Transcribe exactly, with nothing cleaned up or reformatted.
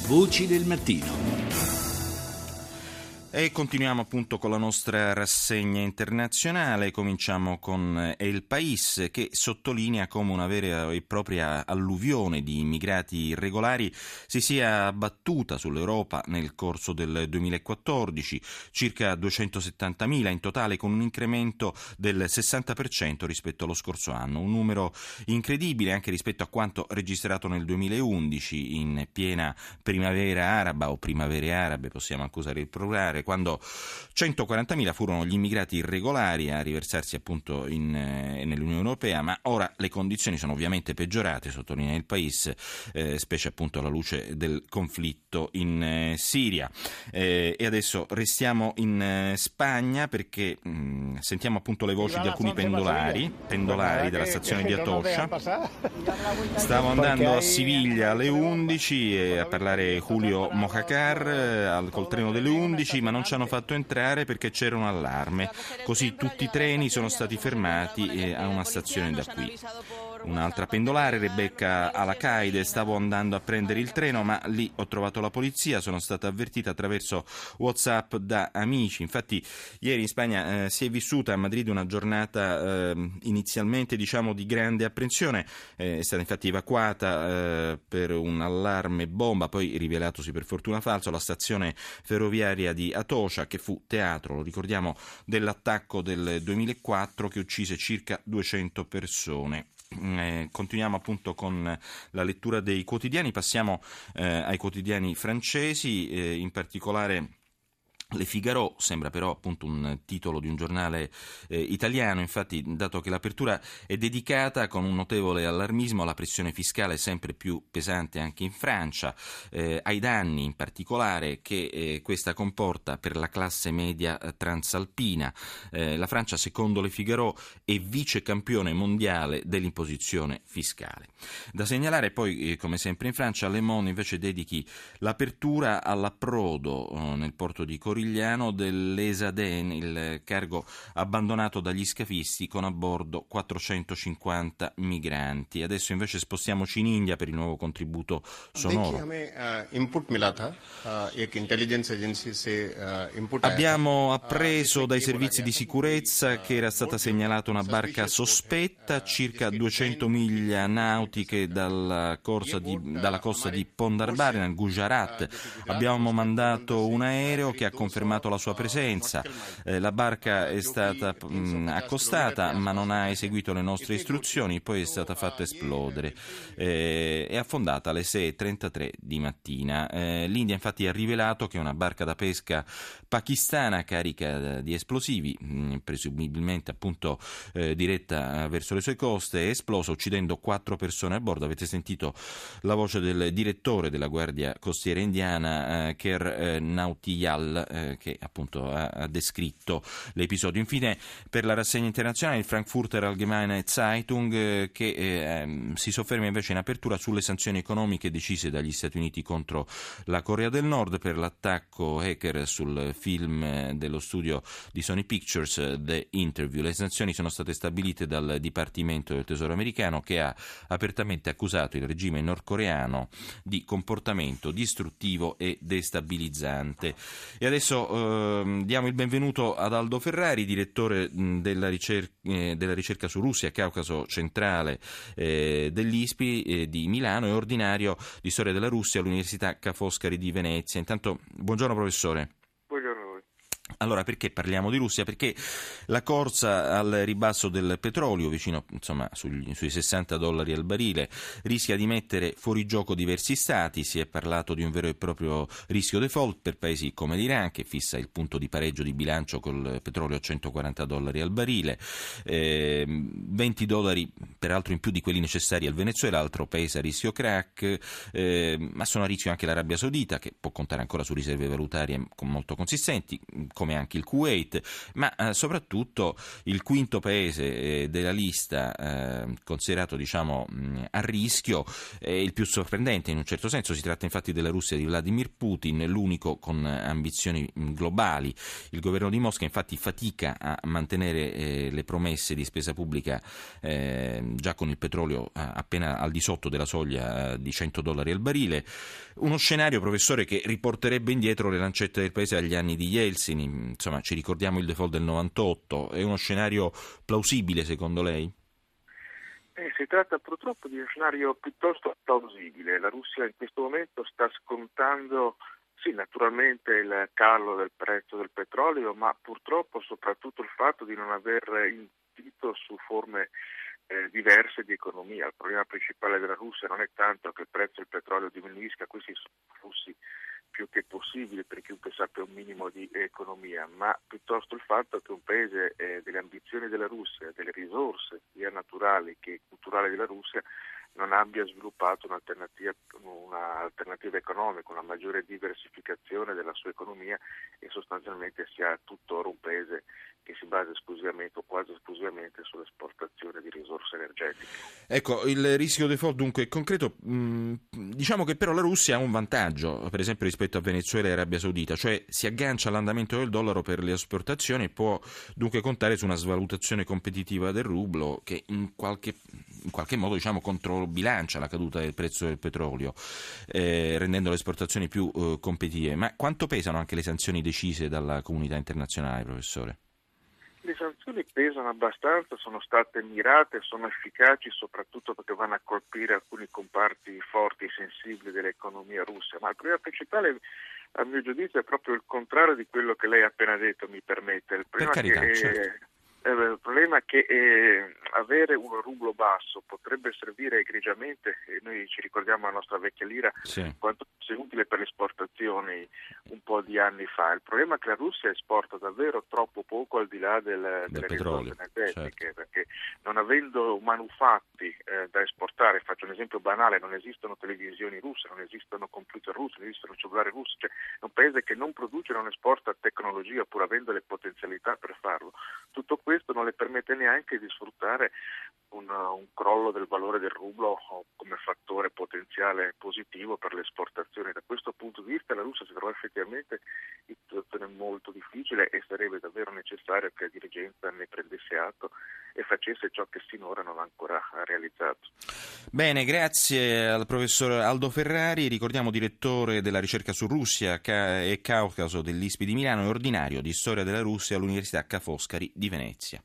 Voci del mattino. E continuiamo appunto con la nostra rassegna internazionale. Cominciamo con El País, che sottolinea come una vera e propria alluvione di immigrati irregolari si sia abbattuta sull'Europa nel corso del duemilaquattordici, circa duecentosettantamila in totale, con un incremento del sessanta per cento rispetto allo scorso anno, un numero incredibile anche rispetto a quanto registrato nel duemilaundici, in piena primavera araba o primavere arabe, possiamo accusare il plurale, quando centoquarantamila furono gli immigrati irregolari a riversarsi appunto in, eh, nell'Unione Europea, ma ora le condizioni sono ovviamente peggiorate, sottolinea il País, eh, specie appunto alla luce del conflitto in eh, Siria. Eh, e adesso restiamo in eh, Spagna perché mh, sentiamo appunto le voci di alcuni pendolari, pendolari della stazione di Atocha. Stavo andando a Siviglia alle undici e a parlare Julio Mojácar eh, col treno delle undici, ma non ci hanno fatto entrare perché c'era un allarme, così tutti i treni sono stati fermati a una stazione da qui. Un'altra pendolare, Rebecca Alacaide: stavo andando a prendere il treno ma lì ho trovato la polizia, sono stata avvertita attraverso WhatsApp da amici. Infatti ieri in Spagna eh, si è vissuta a Madrid una giornata eh, inizialmente diciamo di grande apprensione, eh, è stata infatti evacuata eh, per un allarme bomba, poi rivelatosi per fortuna falso, la stazione ferroviaria di Atocha, che fu teatro, lo ricordiamo, dell'attacco del duemilaquattro che uccise circa duecento persone. Eh, continuiamo appunto con la lettura dei quotidiani, passiamo eh, ai quotidiani francesi, eh, in particolare Le Figaro. Sembra però appunto un titolo di un giornale eh, italiano, infatti, dato che l'apertura è dedicata con un notevole allarmismo alla pressione fiscale sempre più pesante anche in Francia, eh, ai danni in particolare che eh, questa comporta per la classe media transalpina. Eh, la Francia, secondo Le Figaro, è vice campione mondiale dell'imposizione fiscale. Da segnalare poi, eh, come sempre in Francia, Le Monde invece dedichi l'apertura all'approdo eh, nel porto di Corigliano dell'Esaden, il cargo abbandonato dagli scafisti con a bordo quattrocentocinquanta migranti. Adesso invece spostiamoci in India per il nuovo contributo sonoro. Abbiamo appreso dai servizi di sicurezza che era stata segnalata una barca sospetta circa duecento miglia nautiche dalla, corsa di, dalla costa di Pondarbar nel Gujarat. Abbiamo mandato un aereo che ha confermato la sua presenza. Eh, la barca è stata mh, accostata ma non ha eseguito le nostre istruzioni, poi è stata fatta esplodere. Eh, è affondata alle sei e trentatré di mattina. Eh, L'India infatti ha rivelato che una barca da pesca pakistana carica di esplosivi, mh, presumibilmente appunto eh, diretta verso le sue coste, è esplosa uccidendo quattro persone a bordo. Avete sentito la voce del direttore della Guardia Costiera indiana, eh, Ker eh, Nautiyal, eh, che appunto ha, ha descritto l'episodio. Infine, per la rassegna internazionale, il Frankfurter Allgemeine Zeitung, eh, che eh, si sofferma invece in apertura sulle sanzioni economiche decise dagli Stati Uniti contro la Corea del Nord per l'attacco hacker sul film eh, dello studio di Sony Pictures, eh, The Interview. Le sanzioni sono state stabilite dal Dipartimento del Tesoro americano, che ha apertamente accusato il regime nordcoreano di comportamento distruttivo e destabilizzante. E adesso eh, diamo il benvenuto ad Aldo Ferrari, direttore mh, della, ricerca, eh, della ricerca su Russia, Caucaso centrale eh, dell'I S P I eh, di Milano e ordinario di storia della Russia all'Università Ca' Foscari di Venezia. Intanto, buongiorno professore. Allora, perché parliamo di Russia? Perché la corsa al ribasso del petrolio, vicino insomma sugli, sui sessanta dollari al barile, rischia di mettere fuori gioco diversi stati. Si è parlato di un vero e proprio rischio default per paesi come l'Iran, che fissa il punto di pareggio di bilancio col petrolio a centoquaranta dollari al barile, eh, venti dollari peraltro in più di quelli necessari al Venezuela, altro paese a rischio crack, eh, ma sono a rischio anche l'Arabia Saudita, che può contare ancora su riserve valutarie molto consistenti, come come anche il Kuwait, ma eh, soprattutto il quinto paese eh, della lista eh, considerato diciamo mh, a rischio è il più sorprendente in un certo senso. Si tratta infatti della Russia di Vladimir Putin, l'unico con ambizioni mh, globali. Il governo di Mosca infatti fatica a mantenere eh, le promesse di spesa pubblica eh, già con il petrolio eh, appena al di sotto della soglia eh, di cento dollari al barile. Uno scenario, professore, che riporterebbe indietro le lancette del paese agli anni di Yeltsin. Insomma, ci ricordiamo il default del novantotto. È uno scenario plausibile secondo lei? Eh, si tratta purtroppo di un scenario piuttosto plausibile. La Russia in questo momento sta scontando, sì, naturalmente il calo del prezzo del petrolio, ma purtroppo soprattutto il fatto di non aver investito su forme eh, diverse di economia. Il problema principale della Russia non è tanto che il prezzo del petrolio diminuisca, questi sono flussi più che possibili per chiunque sappia un minimo di economia, ma piuttosto il fatto che un paese eh, delle ambizioni della Russia, delle risorse sia naturali che culturali della Russia, non abbia sviluppato un'alternativa, un'alternativa economica, una maggiore diversificazione della sua economia e sostanzialmente sia tuttora un paese che si basa esclusivamente o quasi esclusivamente sull'esportazione di risorse energetiche. Ecco, il rischio default dunque è concreto. Mh, diciamo che però la Russia ha un vantaggio, per esempio rispetto a Venezuela e Arabia Saudita, cioè si aggancia all'andamento del dollaro per le esportazioni e può dunque contare su una svalutazione competitiva del rublo che in qualche, in qualche modo diciamo controbilancia la caduta del prezzo del petrolio, eh, rendendo le esportazioni più eh, competitive. Ma quanto pesano anche le sanzioni decise dalla comunità internazionale, professore? Le sanzioni pesano abbastanza, sono state mirate, sono efficaci soprattutto perché vanno a colpire alcuni comparti forti e sensibili dell'economia russa, ma il problema principale a mio giudizio è proprio il contrario di quello che lei ha appena detto, mi permette. Il problema Per carità, che, certo. eh, il problema è che eh, avere un rublo basso potrebbe servire egregiamente, e noi ci ricordiamo la nostra vecchia lira, Sì. quanto fosse utile per le esportazioni un po' di anni fa. Il problema è che la Russia esporta davvero troppo poco al di là del, Del delle petrolio, risorse energetiche, certo. perché non avendo manufatti eh, da esportare, faccio un esempio banale, non esistono televisioni russe, non esistono computer russi, non esistono cellulari russi, cioè è un paese che non produce, non esporta tecnologia pur avendo le potenzialità per farlo. Tutto questo non le permette neanche di sfruttare un, un crollo del valore del rublo come fattore potenziale positivo per le esportazioni. Da questo punto di vista la Russia si trova effettivamente in situazione molto difficile e sarebbe davvero necessario che la dirigenza ne prendesse atto e facesse ciò che sinora non ha ancora realizzato. Bene, grazie al professor Aldo Ferrari, ricordiamo direttore della ricerca su Russia e Caucaso dell'I S P I di Milano e ordinario di storia della Russia all'Università Ca' Foscari di Venezia.